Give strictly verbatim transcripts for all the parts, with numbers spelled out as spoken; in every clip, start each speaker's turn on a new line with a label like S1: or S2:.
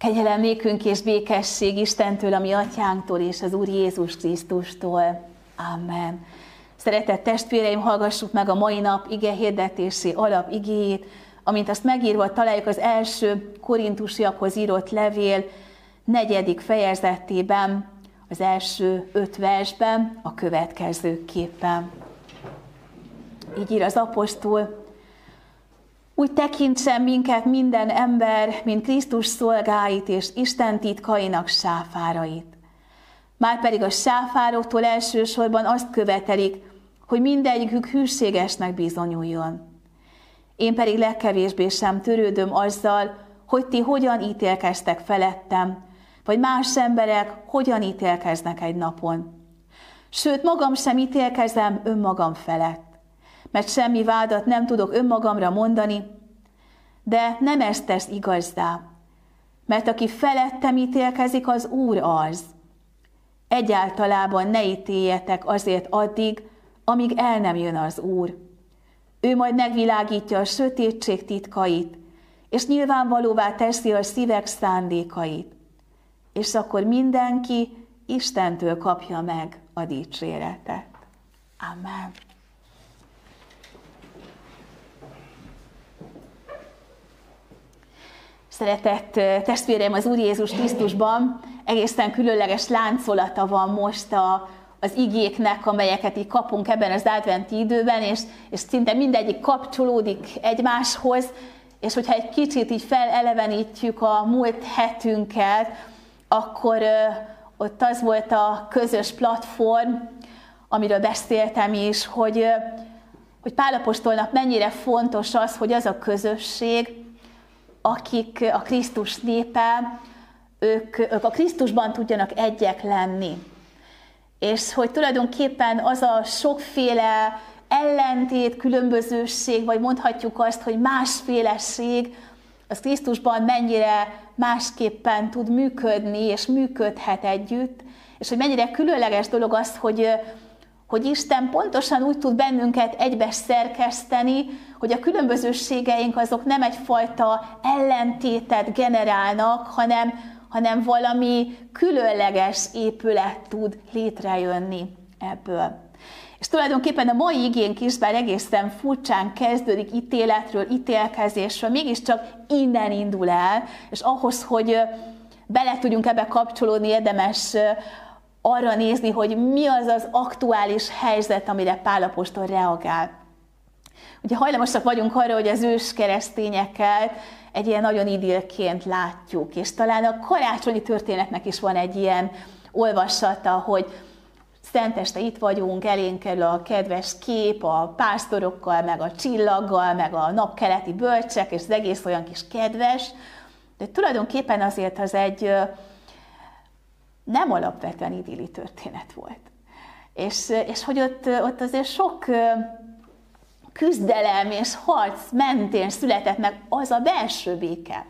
S1: Kegyelem nékünk és békesség Istentől, a mi atyánktól és az Úr Jézus Krisztustól. Amen. Szeretett testvéreim, hallgassuk meg a mai nap ige hirdetési alap igéjét, amint azt megírva találjuk az első korintusiakhoz írott levél negyedik fejezetében, az első öt versben, a következőképpen. Így ír az apostol: úgy tekintsen minket minden ember, mint Krisztus szolgáit és Isten titkainak sáfárait. Márpedig a sáfároktól elsősorban azt követelik, hogy mindegyikük hűségesnek bizonyuljon. Én pedig legkevésbé sem törődöm azzal, hogy ti hogyan ítélkeztek felettem, vagy más emberek hogyan ítélkeznek egy napon. Sőt, magam sem ítélkezem önmagam felett, mert semmi vádat nem tudok önmagamra mondani, de nem ezt tesz igazzá, mert aki felettem ítélkezik, az Úr az. Egyáltalában ne ítéljetek azért addig, amíg el nem jön az Úr. Ő majd megvilágítja a sötétség titkait, és nyilvánvalóvá teszi a szívek szándékait, és akkor mindenki Istentől kapja meg a dicséretet. Amen. Szeretett testvéreim, az Úr Jézus Krisztusban egészen különleges láncolata van most a, az igéknek, amelyeket így kapunk ebben az adventi időben, és, és szinte mindegyik kapcsolódik egymáshoz, és hogyha egy kicsit így felelevenítjük a múlt hetünket, akkor ö, ott az volt a közös platform, amiről beszéltem is, hogy, ö, hogy Pál apostolnak mennyire fontos az, hogy az a közösség, akik a Krisztus népe, ők, ők a Krisztusban tudjanak egyek lenni. És hogy tulajdonképpen az a sokféle ellentét, különbözőség, vagy mondhatjuk azt, hogy másféleség, az Krisztusban mennyire másképpen tud működni, és működhet együtt, és hogy mennyire különleges dolog az, hogy, hogy Isten pontosan úgy tud bennünket egybe szerkeszteni, hogy a különbözőségeink azok nem egyfajta ellentétet generálnak, hanem, hanem valami különleges épület tud létrejönni ebből. És tulajdonképpen a mai igénk is, bár egészen furcsán kezdődik ítéletről, ítélkezésről, mégiscsak innen indul el, és ahhoz, hogy bele tudjunk ebbe kapcsolódni, érdemes arra nézni, hogy mi az az aktuális helyzet, amire Pál apostol reagál. Ugye hajlamosak vagyunk arra, hogy az ős keresztényeket egy ilyen nagyon idillként látjuk, és talán a karácsonyi történetnek is van egy ilyen olvasata, hogy szenteste itt vagyunk, elénk kerül a kedves kép a pásztorokkal, meg a csillaggal, meg a napkeleti bölcsek, és az egész olyan kis kedves, de tulajdonképpen azért az egy nem alapvetően idilli történet volt. És, és hogy ott, ott azért sok küzdelem és harc mentén született meg az a belső béke,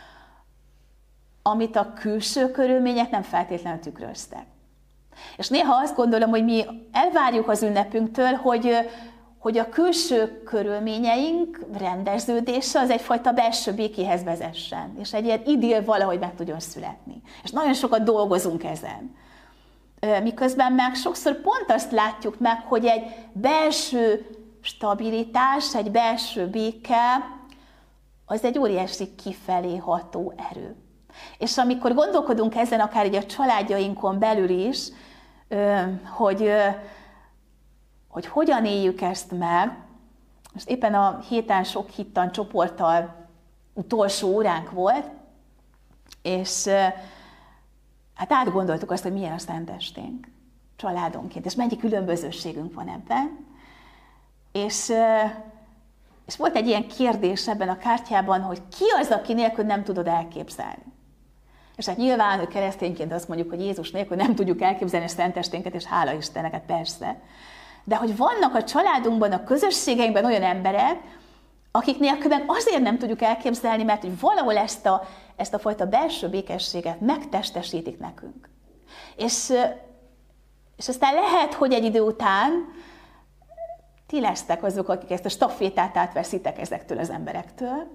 S1: amit a külső körülmények nem feltétlenül tükröztek. És néha azt gondolom, hogy mi elvárjuk az ünnepünktől, hogy, hogy a külső körülményeink rendeződése az egyfajta belső békéhez vezessen, és egy ilyen idill valahogy meg tudjon születni. És nagyon sokat dolgozunk ezen. Miközben meg sokszor pont azt látjuk meg, hogy egy belső stabilitás, egy belső béke, az egy óriási kifelé ható erő. És amikor gondolkodunk ezen, akár így a családjainkon belül is, hogy, hogy hogyan éljük ezt meg, most éppen a héten sok hittan csoporttal utolsó óránk volt, és hát átgondoltuk azt, hogy milyen a szentesténk családonként, és mennyi különbözőségünk van ebben. És, és volt egy ilyen kérdés ebben a kártyában, hogy ki az, aki nélkül nem tudod elképzelni. És hát nyilván, hogy keresztényként azt mondjuk, hogy Jézus nélkül nem tudjuk elképzelni a szentesténket, és hála Istennek, hát persze. De hogy vannak a családunkban, a közösségeinkben olyan emberek, akik nélkül meg azért nem tudjuk elképzelni, mert hogy valahol ezt a, ezt a fajta belső békességet megtestesítik nekünk. És, és aztán lehet, hogy egy idő után ti lesztek azok, akik ezt a stafétát átveszitek ezektől az emberektől,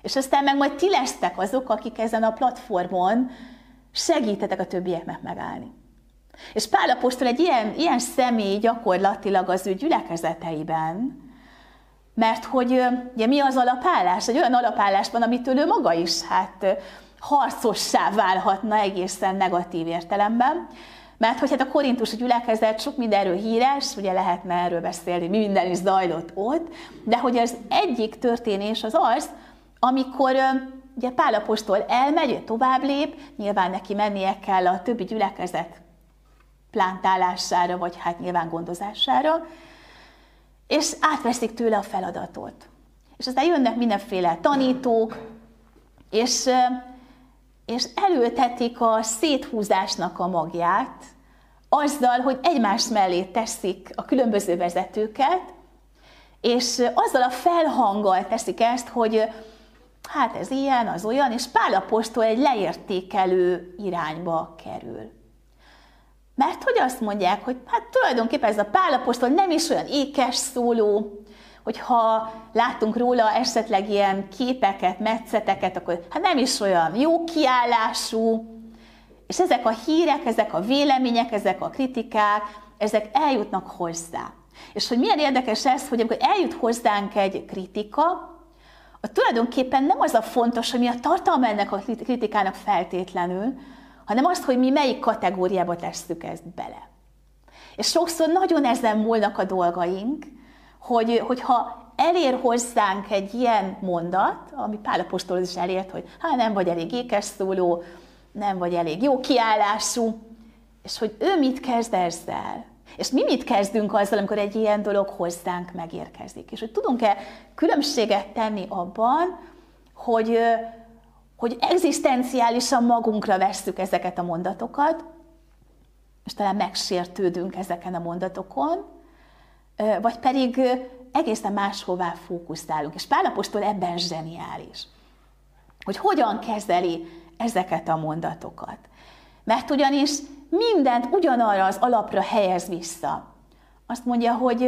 S1: És aztán meg majd ti lesztek azok, akik ezen a platformon segítetek a többieknek megállni. És Pál apostol egy ilyen, ilyen személy gyakorlatilag az ő gyülekezeteiben, mert hogy ugye mi az alapállás? Egy olyan alapállás van, amitől ő maga is hát harcossá válhatna egészen negatív értelemben. Mert hogy hát a korintusi gyülekezet sok mindenről híres, ugye lehetne erről beszélni, mi minden is zajlott ott, de hogy az egyik történés az az, amikor ugye Pál apostol elmegy, tovább lép, nyilván neki mennie kell a többi gyülekezet plántálására, vagy hát nyilván gondozására, és átveszik tőle a feladatot. És aztán jönnek mindenféle tanítók, és, és elültetik a széthúzásnak a magját, azzal, hogy egymás mellé teszik a különböző vezetőket, és azzal a felhanggal teszik ezt, hogy hát ez ilyen, az olyan, és Pál apostol egy leértékelő irányba kerül. Mert hogy azt mondják, hogy hát tulajdonképpen ez a Pál apostol nem is olyan ékes szóló, hogyha láttunk róla esetleg ilyen képeket, metszeteket, akkor hát nem is olyan jó kiállású, és ezek a hírek, ezek a vélemények, ezek a kritikák, ezek eljutnak hozzá. És hogy milyen érdekes ez, hogy amikor eljut hozzánk egy kritika, a tulajdonképpen nem az a fontos, hogy mi a tartalma ennek a kritikának feltétlenül, hanem azt, hogy mi melyik kategóriába tesszük ezt bele. És sokszor nagyon ezen múlnak a dolgaink, hogy, hogyha elér hozzánk egy ilyen mondat, ami Pál apostol is elért, hogy hát nem vagy elég ékes szóló, nem vagy elég jó kiállású, és hogy ő mit kezd ezzel. És mi mit kezdünk azzal, amikor egy ilyen dolog hozzánk megérkezik. És hogy tudunk-e különbséget tenni abban, hogy, hogy egzisztenciálisan magunkra vesszük ezeket a mondatokat, és talán megsértődünk ezeken a mondatokon, vagy pedig egészen máshová fókuszálunk. És Pál apostol ebben zseniális, hogy hogyan kezeli ezeket a mondatokat. Mert ugyanis mindent ugyanarra az alapra helyez vissza. Azt mondja, hogy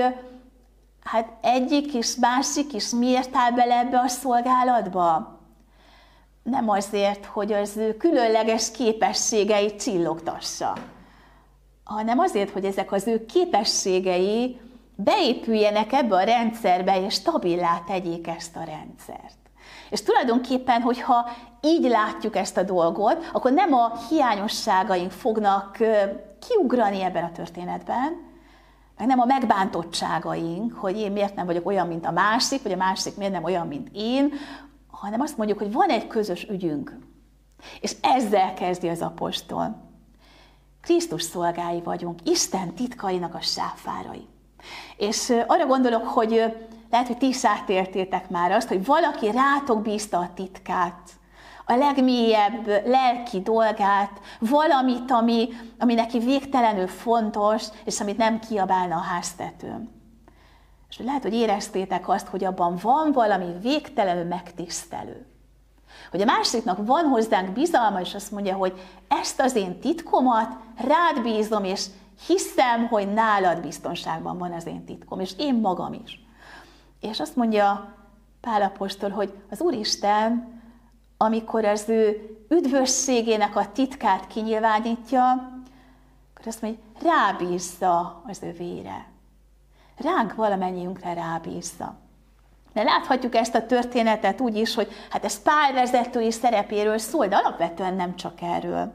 S1: hát egyik is, másik is miért áll bele ebbe a szolgálatba? Nem azért, hogy az ő különleges képességeit csillogtassa, hanem azért, hogy ezek az ő képességei beépüljenek ebbe a rendszerbe, és stabilá tegyék ezt a rendszert. És tulajdonképpen, hogyha így látjuk ezt a dolgot, akkor nem a hiányosságaink fognak kiugrani ebben a történetben, meg nem a megbántottságaink, hogy én miért nem vagyok olyan, mint a másik, vagy a másik miért nem olyan, mint én, hanem azt mondjuk, hogy van egy közös ügyünk. És ezzel kezdi az apostol. Krisztus szolgái vagyunk, Isten titkainak a sáfárai. És arra gondolok, hogy lehet, hogy ti is átéltétek már azt, hogy valaki rátok bízta a titkát, a legmélyebb lelki dolgát, valamit, ami, ami neki végtelenül fontos, és amit nem kiabálna a háztetőn. És lehet, hogy éreztétek azt, hogy abban van valami végtelenül megtisztelő. Hogy a másiknak van hozzánk bizalma, és azt mondja, hogy ezt az én titkomat rád bízom, és hiszem, hogy nálad biztonságban van az én titkom, és én magam is. És azt mondja Pál apostol, hogy az Úristen, amikor az ő üdvösségének a titkát kinyilvánítja, akkor azt mondja, hogy rábízza az ő vére. Ránk valamennyiünkre rábízza. De láthatjuk ezt a történetet úgy is, hogy hát ez Pál vezetői szerepéről szól, de alapvetően nem csak erről.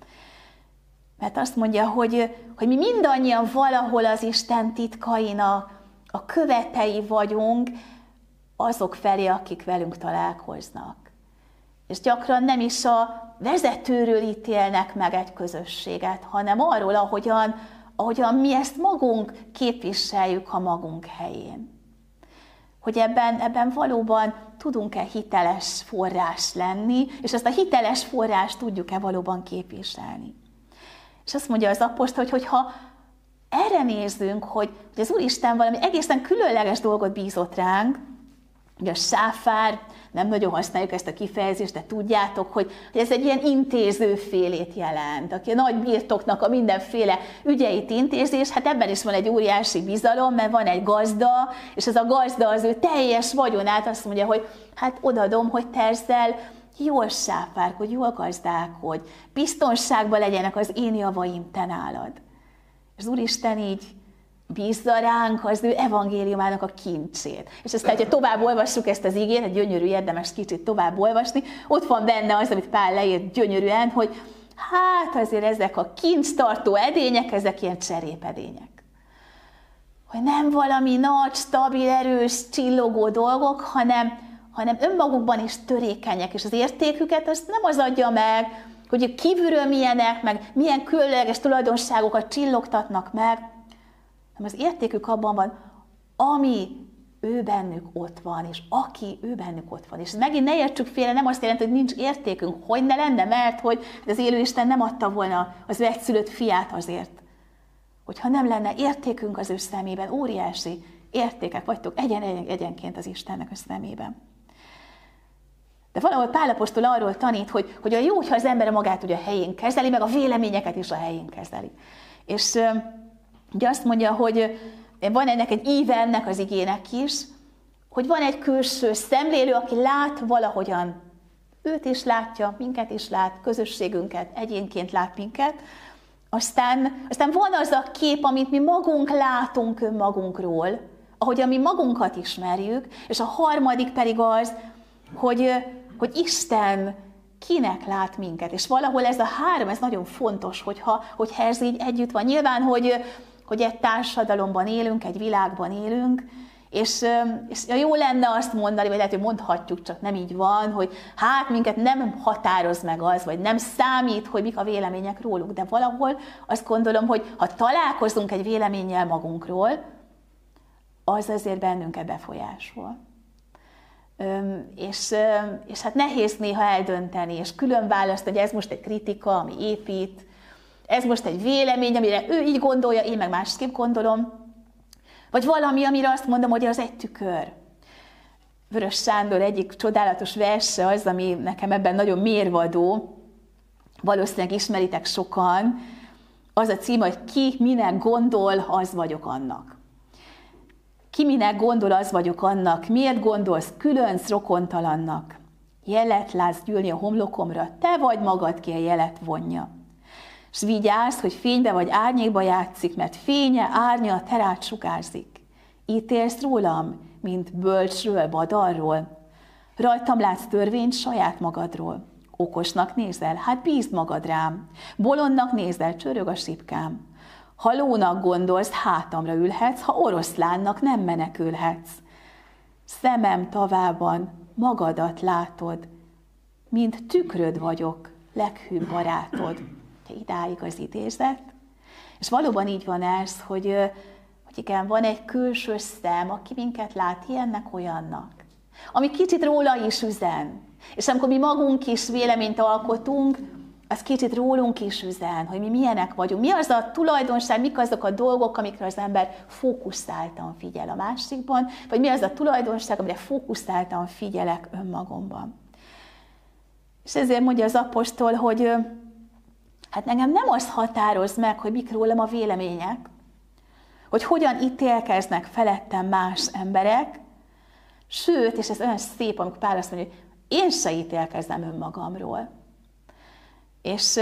S1: Mert azt mondja, hogy, hogy mi mindannyian valahol az Isten titkainak a követei vagyunk azok felé, akik velünk találkoznak. És gyakran nem is a vezetőről ítélnek meg egy közösséget, hanem arról, ahogyan, ahogyan mi ezt magunk képviseljük a magunk helyén. Hogy ebben, ebben valóban tudunk-e hiteles forrás lenni, és ezt a hiteles forrást tudjuk-e valóban képviselni. És azt mondja az apostol, hogy hogyha erre nézzünk, hogy az Úristen valami egészen különleges dolgot bízott ránk, Ugye a sáfár, nem nagyon használjuk ezt a kifejezést, de tudjátok, hogy ez egy ilyen intézőfélét jelent, aki a nagy birtoknak a mindenféle ügyeit intézi, és hát ebben is van egy óriási bizalom, mert van egy gazda, és ez a gazda az ő teljes vagyonát azt mondja, hogy hát odaadom, hogy te ezzel jól sáfárkodj, jól gazdálkodj, biztonságban legyenek az én javaim te nálad. És az Úristen így bízza ránk az ő evangéliumának a kincsét. És aztán, hogyha tovább olvassuk ezt az igét, egy gyönyörű, érdemes kicsit tovább olvasni, ott van benne az, amit Pál leírt gyönyörűen, hogy hát azért ezek a kincstartó edények, ezek ilyen cserépedények. Hogy nem valami nagy, stabil, erős, csillogó dolgok, hanem, hanem önmagukban is törékenyek, és az értéküket azt nem az adja meg, hogy kívülről milyenek, meg milyen különleges tulajdonságokat csillogtatnak meg, hanem az értékük abban van, ami ő bennük ott van, és aki ő bennük ott van. És megint ne értsük félre, nem azt jelenti, hogy nincs értékünk, hogy ne lenne, mert hogy az élő Isten nem adta volna az ő egyszülött fiát azért. Hogyha nem lenne értékünk az ő szemében, óriási értékek vagytok egyen, egyen, egyenként az Istennek a szemében. De valahol Pál apostol arról tanít, hogy, hogy a jó, hogyha az ember magát ugye a helyén kezeli, meg a véleményeket is a helyén kezeli. És ugye azt mondja, hogy van ennek egy íve ennek az igének is, hogy van egy külső szemlélő, aki lát valahogyan. Őt is látja, minket is lát, közösségünket, egyénként lát minket. Aztán, aztán van az a kép, amit mi magunk látunk önmagunkról, ahogyan mi magunkat ismerjük, és a harmadik pedig az, hogy, hogy Isten kinek lát minket. És valahol ez a három, ez nagyon fontos, hogyha, hogyha ez így együtt van. Nyilván, hogy, hogy egy társadalomban élünk, egy világban élünk, és, és jó lenne azt mondani, vagy lehet, hogy mondhatjuk, csak nem így van, hogy hát minket nem határoz meg az, vagy nem számít, hogy mik a vélemények róluk, de valahol azt gondolom, hogy ha találkozunk egy véleménnyel magunkról, az azért bennünket befolyásol. És, és hát nehéz néha eldönteni, és külön választani, hogy ez most egy kritika, ami épít, ez most egy vélemény, amire ő így gondolja, én meg másképp gondolom, vagy valami, amire azt mondom, hogy az egy tükör. Vörös Sándor egyik csodálatos verse az, ami nekem ebben nagyon mérvadó, valószínűleg ismeritek sokan, az a cím, hogy ki minek gondol, az vagyok annak. Ki minek gondol, az vagyok annak, miért gondolsz különc rokontalannak? Jelet látsz gyűlni a homlokomra, te vagy magad, ki a jelet vonja. S vigyázz, hogy fénybe vagy árnyékba játszik, mert fénye, árnya, terát sugárzik. Ítélsz rólam, mint bölcsről, badarról. Rajtam látsz törvényt saját magadról. Okosnak nézel, hát bízd magad rám. Bolondnak nézel, csörög a sipkám. Ha lónak gondolsz, hátamra ülhetsz, ha oroszlánnak nem menekülhetsz. Szemem tavában magadat látod, mint tükröd vagyok, leghűbb barátod. Idáig az idézet. És valóban így van ez, hogy, hogy igen, van egy külső szem, aki minket lát ilyennek, olyannak. Ami kicsit róla is üzen. És amikor mi magunk is véleményt alkotunk, az kicsit rólunk is üzen, hogy mi milyenek vagyunk. Mi az a tulajdonság, mik azok a dolgok, amikre az ember fókuszáltan figyel a másikban, vagy mi az a tulajdonság, amire fókuszáltan figyelek önmagomban. És ezért mondja az apostol, hogy hát engem nem az határoz meg, hogy mik rólam a vélemények, hogy hogyan ítélkeznek felettem más emberek, sőt, és ez olyan szép, amikor Pál azt mondja, hogy én se ítélkezem önmagamról. És,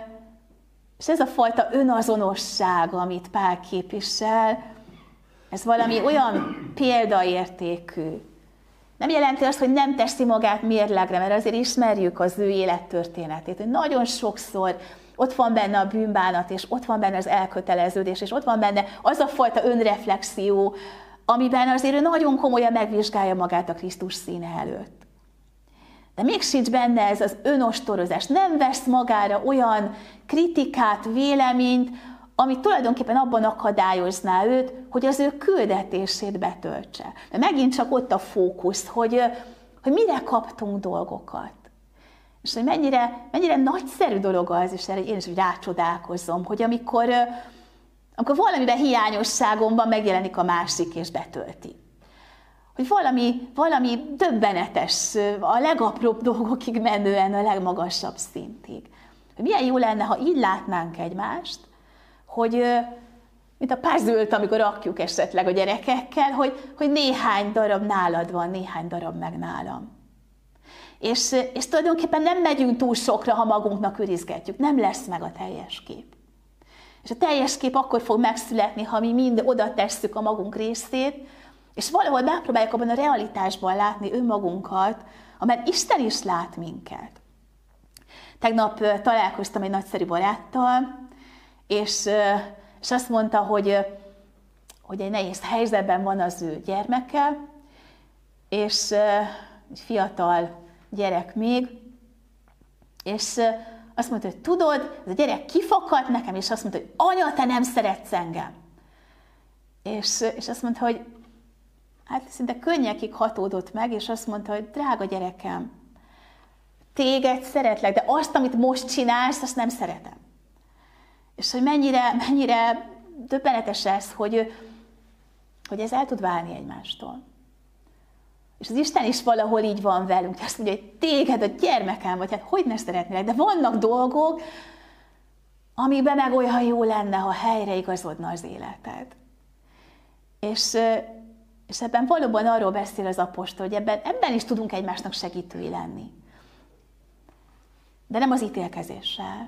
S1: és ez a fajta önazonosság, amit Pál képvisel, ez valami olyan példaértékű. Nem jelenti azt, hogy nem teszi magát mérlegre, mert azért ismerjük az ő élettörténetét, hogy nagyon sokszor ott van benne a bűnbánat, és ott van benne az elköteleződés, és ott van benne az a fajta önreflexió, amiben azért ő nagyon komolyan megvizsgálja magát a Krisztus színe előtt. De még sincs benne ez az önostorozás. Nem vesz magára olyan kritikát, véleményt, ami tulajdonképpen abban akadályozná őt, hogy az ő küldetését betöltse. De megint csak ott a fókusz, hogy, hogy mire kaptunk dolgokat. És hogy mennyire, mennyire nagyszerű dolog az, és erre én is rácsodálkozom, hogy amikor, amikor valamiben hiányosságomban megjelenik a másik és betölti. hogy valami, valami döbbenetes, a legapróbb dolgokig menően a legmagasabb szintig. Hogy milyen jó lenne, ha így látnánk egymást, hogy mint a puzzle-t, amikor rakjuk esetleg a gyerekekkel, hogy, hogy néhány darab nálad van, néhány darab meg nálam. És, és tulajdonképpen nem megyünk túl sokra, ha magunknak őrizgetjük. Nem lesz meg a teljes kép. És a teljes kép akkor fog megszületni, ha mi mind oda tesszük a magunk részét, és valahol megpróbáljuk abban a realitásban látni önmagunkat, amelyet Isten is lát minket. Tegnap találkoztam egy nagyszerű baráttal, és, és azt mondta, hogy, hogy egy nehéz helyzetben van az ő gyermeke, és egy fiatal gyerek még, és azt mondta, hogy tudod, ez a gyerek kifakadt nekem, és azt mondta, hogy anya, te nem szeretsz engem. És, és azt mondta, hogy hát szinte könnyekig hatódott meg, és azt mondta, hogy drága gyerekem, téged szeretlek, de azt, amit most csinálsz, azt nem szeretem. És hogy mennyire, mennyire döbbenetes ez, hogy, hogy ez el tud válni egymástól. És az Isten is valahol így van velünk, azt mondja, hogy téged a gyermekem vagy, hát hogy ne szeretnélek, de vannak dolgok, amikben meg olyan jó lenne, ha helyre igazodna az életed. És, és ebben valóban arról beszél az apostol, hogy ebben, ebben is tudunk egymásnak segítői lenni. De nem az ítélkezéssel.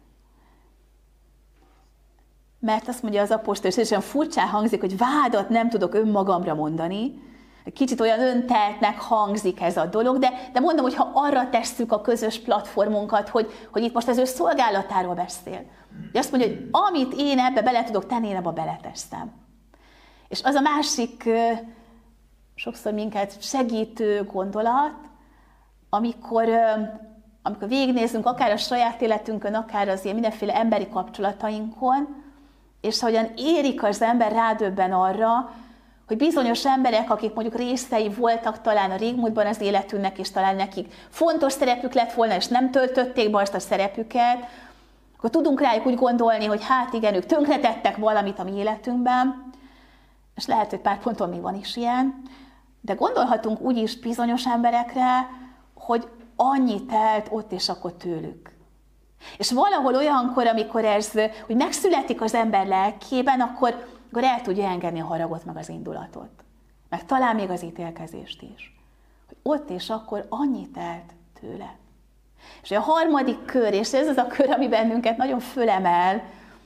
S1: Mert azt mondja az apostol, és ez olyan furcsán hangzik, hogy vádat nem tudok önmagamra mondani. Kicsit olyan önteltnek hangzik ez a dolog, de, de mondom, hogy ha arra tesszük a közös platformunkat, hogy, hogy itt most az ő szolgálatáról beszél. De azt mondja, hogy amit én ebbe bele tudok tenni, én ebbe beletesztem. És az a másik, sokszor minket segítő gondolat, amikor, amikor végignézünk akár a saját életünkön, akár az ilyen mindenféle emberi kapcsolatainkon, és ahogyan érik az ember, rádöbben arra, hogy bizonyos emberek, akik mondjuk részei voltak talán a régmúltban az életünknek, és talán nekik fontos szerepük lett volna, és nem töltötték be azt a szerepüket, akkor tudunk rájuk úgy gondolni, hogy hát igen, ők tönkretettek valamit a mi életünkben, és lehet, hogy pár ponton még van is ilyen, de gondolhatunk úgy is bizonyos emberekre, hogy annyi telt ott és akkor tőlük. És valahol olyankor, amikor ez hogy megszületik az ember lelkében, akkor, akkor el tudja engedni a haragot meg az indulatot. Meg talán még az ítélkezést is. Hogy ott és akkor annyi telt tőle. És a harmadik kör, és ez az a kör, ami bennünket nagyon fölemel,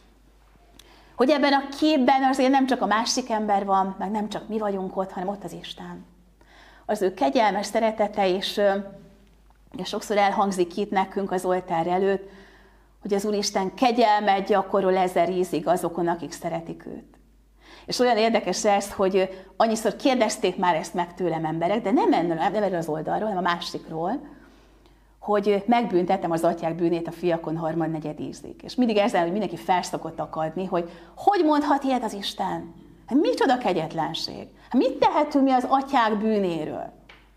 S1: hogy ebben a képben azért nem csak a másik ember van, meg nem csak mi vagyunk ott, hanem ott az Isten. Az ő kegyelmes szeretete, és, és sokszor elhangzik itt nekünk az oltár előtt, hogy az Úristen kegyelmet gyakorol ezer ízig azokon, akik szeretik őt. És olyan érdekes ez, hogy annyiszor kérdezték már ezt meg tőlem emberek, de nem erről az oldalról, hanem a másikról, hogy megbüntettem az atyák bűnét a fiakon harmadnegyed ízig. És mindig ezzel, hogy mindenki felszokott akadni, hogy hogy mondhat ilyet az Isten? Hát micsoda kegyetlenség? Hát mit tehetünk mi az atyák bűnéről?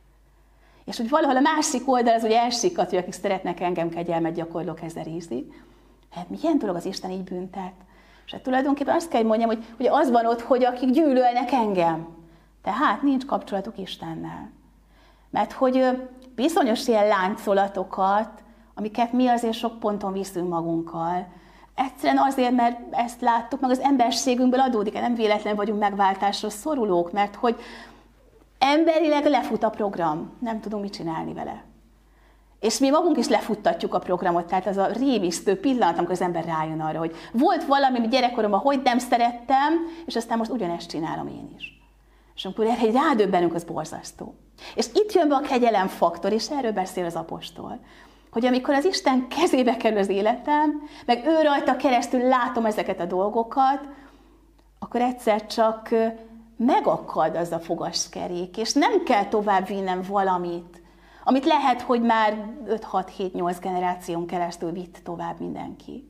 S1: És hogy valahol a másik oldal az, hogy elsikat, hogy akik szeretnek engem, kegyelmet gyakorlok ezer ízig. Hát milyen dolog az Isten így büntet? És hát tulajdonképpen azt kell, hogy mondjam, hogy, hogy az van ott, hogy akik gyűlölnek engem. Tehát nincs kapcsolatuk Istennel. Mert hogy bizonyos ilyen láncolatokat, amiket mi azért sok ponton viszünk magunkkal, egyszerűen azért, mert ezt láttuk, meg az emberségünkből adódik, nem véletlenül vagyunk megváltásra szorulók, mert hogy emberileg lefut a program, nem tudunk mit csinálni vele. És mi magunk is lefuttatjuk a programot, tehát az a rémisztő pillanat, amikor az ember rájön arra, hogy volt valami, amit gyerekkoromban hogy nem szerettem, és aztán most ugyanezt csinálom én is. És amikor erre egy rádöbbenünk, az borzasztó. És itt jön be a kegyelem faktor, és erről beszél az apostol. Hogy amikor az Isten kezébe kerül az életem, meg ő rajta keresztül látom ezeket a dolgokat, akkor egyszer csak megakad az a fogaskerék, és nem kell tovább vinnem valamit, amit lehet, hogy már öt hat hét nyolc generáción keresztül vitt tovább mindenki.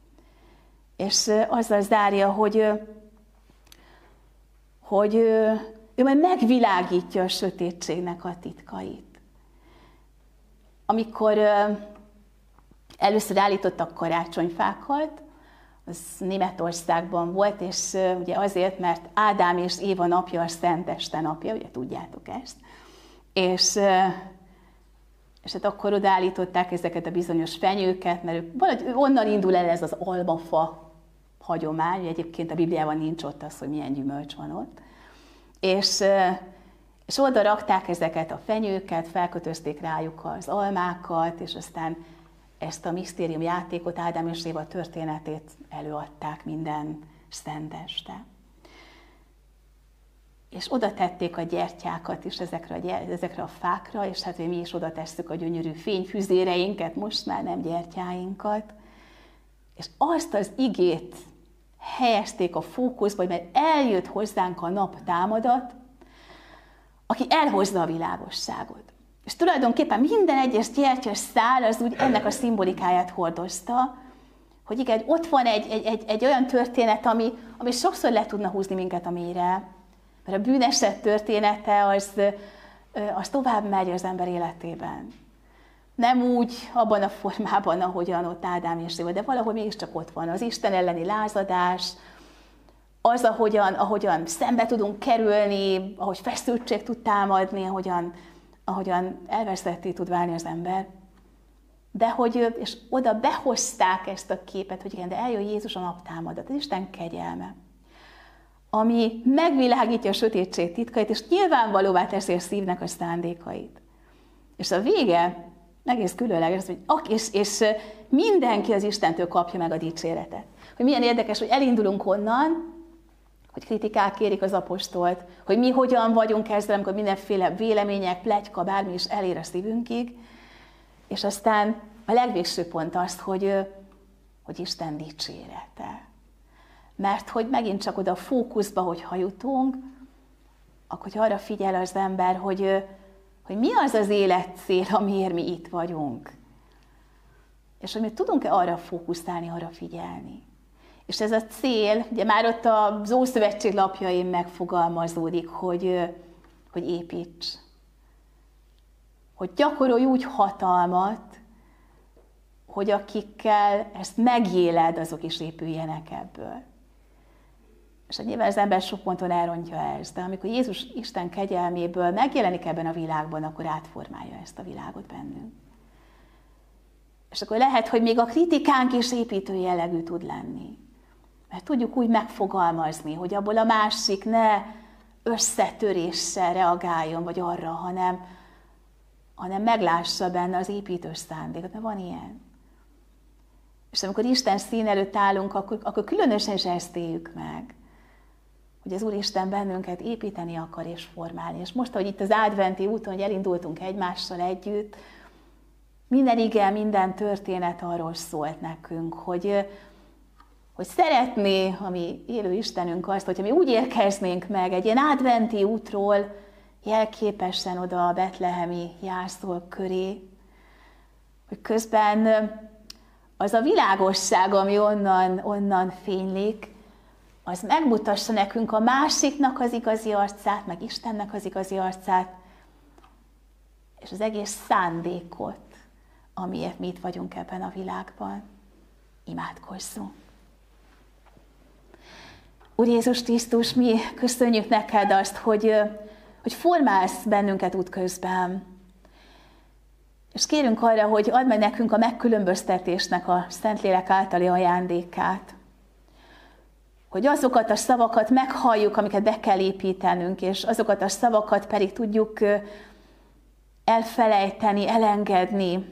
S1: És azzal zárja, hogy, hogy ő majd megvilágítja a sötétségnek a titkait. Amikor először állítottak karácsonyfákat, az Németországban volt, és ugye azért, mert Ádám és Éva napja a Szenteste napja, ugye tudjátok ezt, és, és hát akkor odaállították ezeket a bizonyos fenyőket, mert valahogy onnan indul el ez az almafa hagyomány, egyébként a Bibliában nincs ott az, hogy milyen gyümölcs van ott, és, és oda rakták ezeket a fenyőket, felkötözték rájuk az almákat, és aztán ezt a misztérium játékot, Ádám és Éva történetét előadták minden szenteste. És oda tették a gyertyákat is ezekre a, gyere, ezekre a fákra, és hát mi is oda tesszük a gyönyörű fényfüzéreinket, most már nem gyertyáinkat. És azt az igét helyezték a fókuszba, mert eljött hozzánk a nap támadat, aki elhozza a világosságot. És tulajdonképpen minden egyes gyertyás szál az úgy ennek a szimbolikáját hordozta, hogy igen, ott van egy, egy, egy, egy olyan történet, ami, ami sokszor le tudna húzni minket a mélyre, mert a bűneset története az, az tovább megy az ember életében. Nem úgy, abban a formában, ahogyan ott Ádám és Éva, de valahol mégiscsak ott van az Isten elleni lázadás, az, ahogyan, ahogyan szembe tudunk kerülni, ahogy feszültség tud támadni, ahogyan, ahogyan elveszetté tud válni az ember. De hogy, és oda behozták ezt a képet, hogy igen, de eljön Jézus a naptámadat, az Isten kegyelme, ami megvilágítja a sötétség titkait, és nyilvánvalóvá teszi a szívnek a szándékait. És a vége egész különleges, hogy és, és mindenki az Istentől kapja meg a dicséretet. Hogy milyen érdekes, hogy elindulunk onnan, hogy kritikák kérik az apostolt, hogy mi hogyan vagyunk ezzel, amikor mindenféle vélemények, pletyka, bármi is elér a szívünkig, és aztán a legvégső pont az, hogy, hogy Isten dicsérete. Mert hogy megint csak oda a fókuszba, hogy ha jutunk, akkor arra figyel az ember, hogy, hogy mi az az életcél, amiért mi itt vagyunk. És hogy mi tudunk-e arra fókuszálni, arra figyelni. És ez a cél, ugye már ott az Ószövetség lapjain megfogalmazódik, hogy, hogy építs. Hogy gyakorolj úgy hatalmat, hogy akikkel ezt megéled, azok is épüljenek ebből. És nyilván az ember sok ponton elrontja ezt, de amikor Jézus Isten kegyelméből megjelenik ebben a világban, akkor átformálja ezt a világot bennünk. És akkor lehet, hogy még a kritikánk is építő jellegű tud lenni. Mert tudjuk úgy megfogalmazni, hogy abból a másik ne összetöréssel reagáljon, vagy arra, hanem, hanem meglássa benne az építős szándékot, mert van ilyen. És amikor Isten szín előtt állunk, akkor, akkor különösen is ezt éljük meg, hogy az Úristen bennünket építeni akar és formálni. És most, hogy itt az adventi úton, hogy elindultunk egymással együtt, minden ige, minden történet arról szólt nekünk, hogy, hogy szeretné a mi élő Istenünk azt, hogyha mi úgy érkeznénk meg egy ilyen adventi útról, jelképesen oda a betlehemi jászol köré, hogy közben az a világosság, ami onnan, onnan fénylik, az megmutassa nekünk a másiknak az igazi arcát, meg Istennek az igazi arcát, és az egész szándékot, amiért mi itt vagyunk ebben a világban. Imádkozzunk! Úr Jézus Krisztus, mi köszönjük neked azt, hogy, hogy formálsz bennünket útközben. És kérünk arra, hogy add meg nekünk a megkülönböztetésnek a Szentlélek általi ajándékát. Hogy azokat a szavakat meghalljuk, amiket be kell építenünk, és azokat a szavakat pedig tudjuk elfelejteni, elengedni,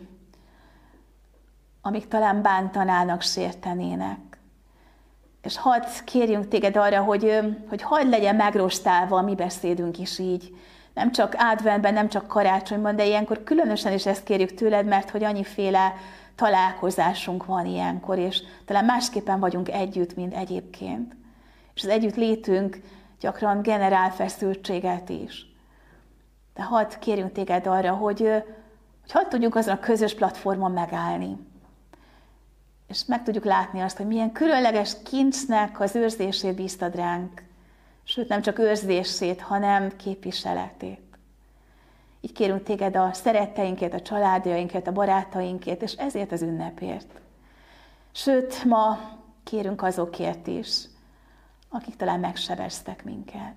S1: amik talán bántanának, sértenének. És hadd kérjünk téged arra, hogy, hogy hadd legyen megrostálva a mi beszédünk is így. Nem csak adventben, nem csak karácsonyban, de ilyenkor különösen is ezt kérjük tőled, mert hogy annyiféle találkozásunk van ilyenkor, és talán másképpen vagyunk együtt, mint egyébként. És az együtt létünk gyakran generál feszültséget is. De hadd kérjünk téged arra, hogy, hogy hadd tudjuk azon a közös platformon megállni. És meg tudjuk látni azt, hogy milyen különleges kincsnek az őrzését bíztad ránk. Sőt, nem csak őrzését, hanem képviseletét. Így kérünk téged a szeretteinkért, a családjainkért, a barátainkért, és ezért az ünnepért. Sőt, ma Kérünk azokért is, akik talán megsebeztek minket.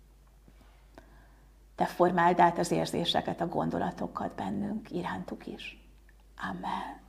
S1: Te formáld át az érzéseket, a gondolatokat bennünk, irántuk is. Amen.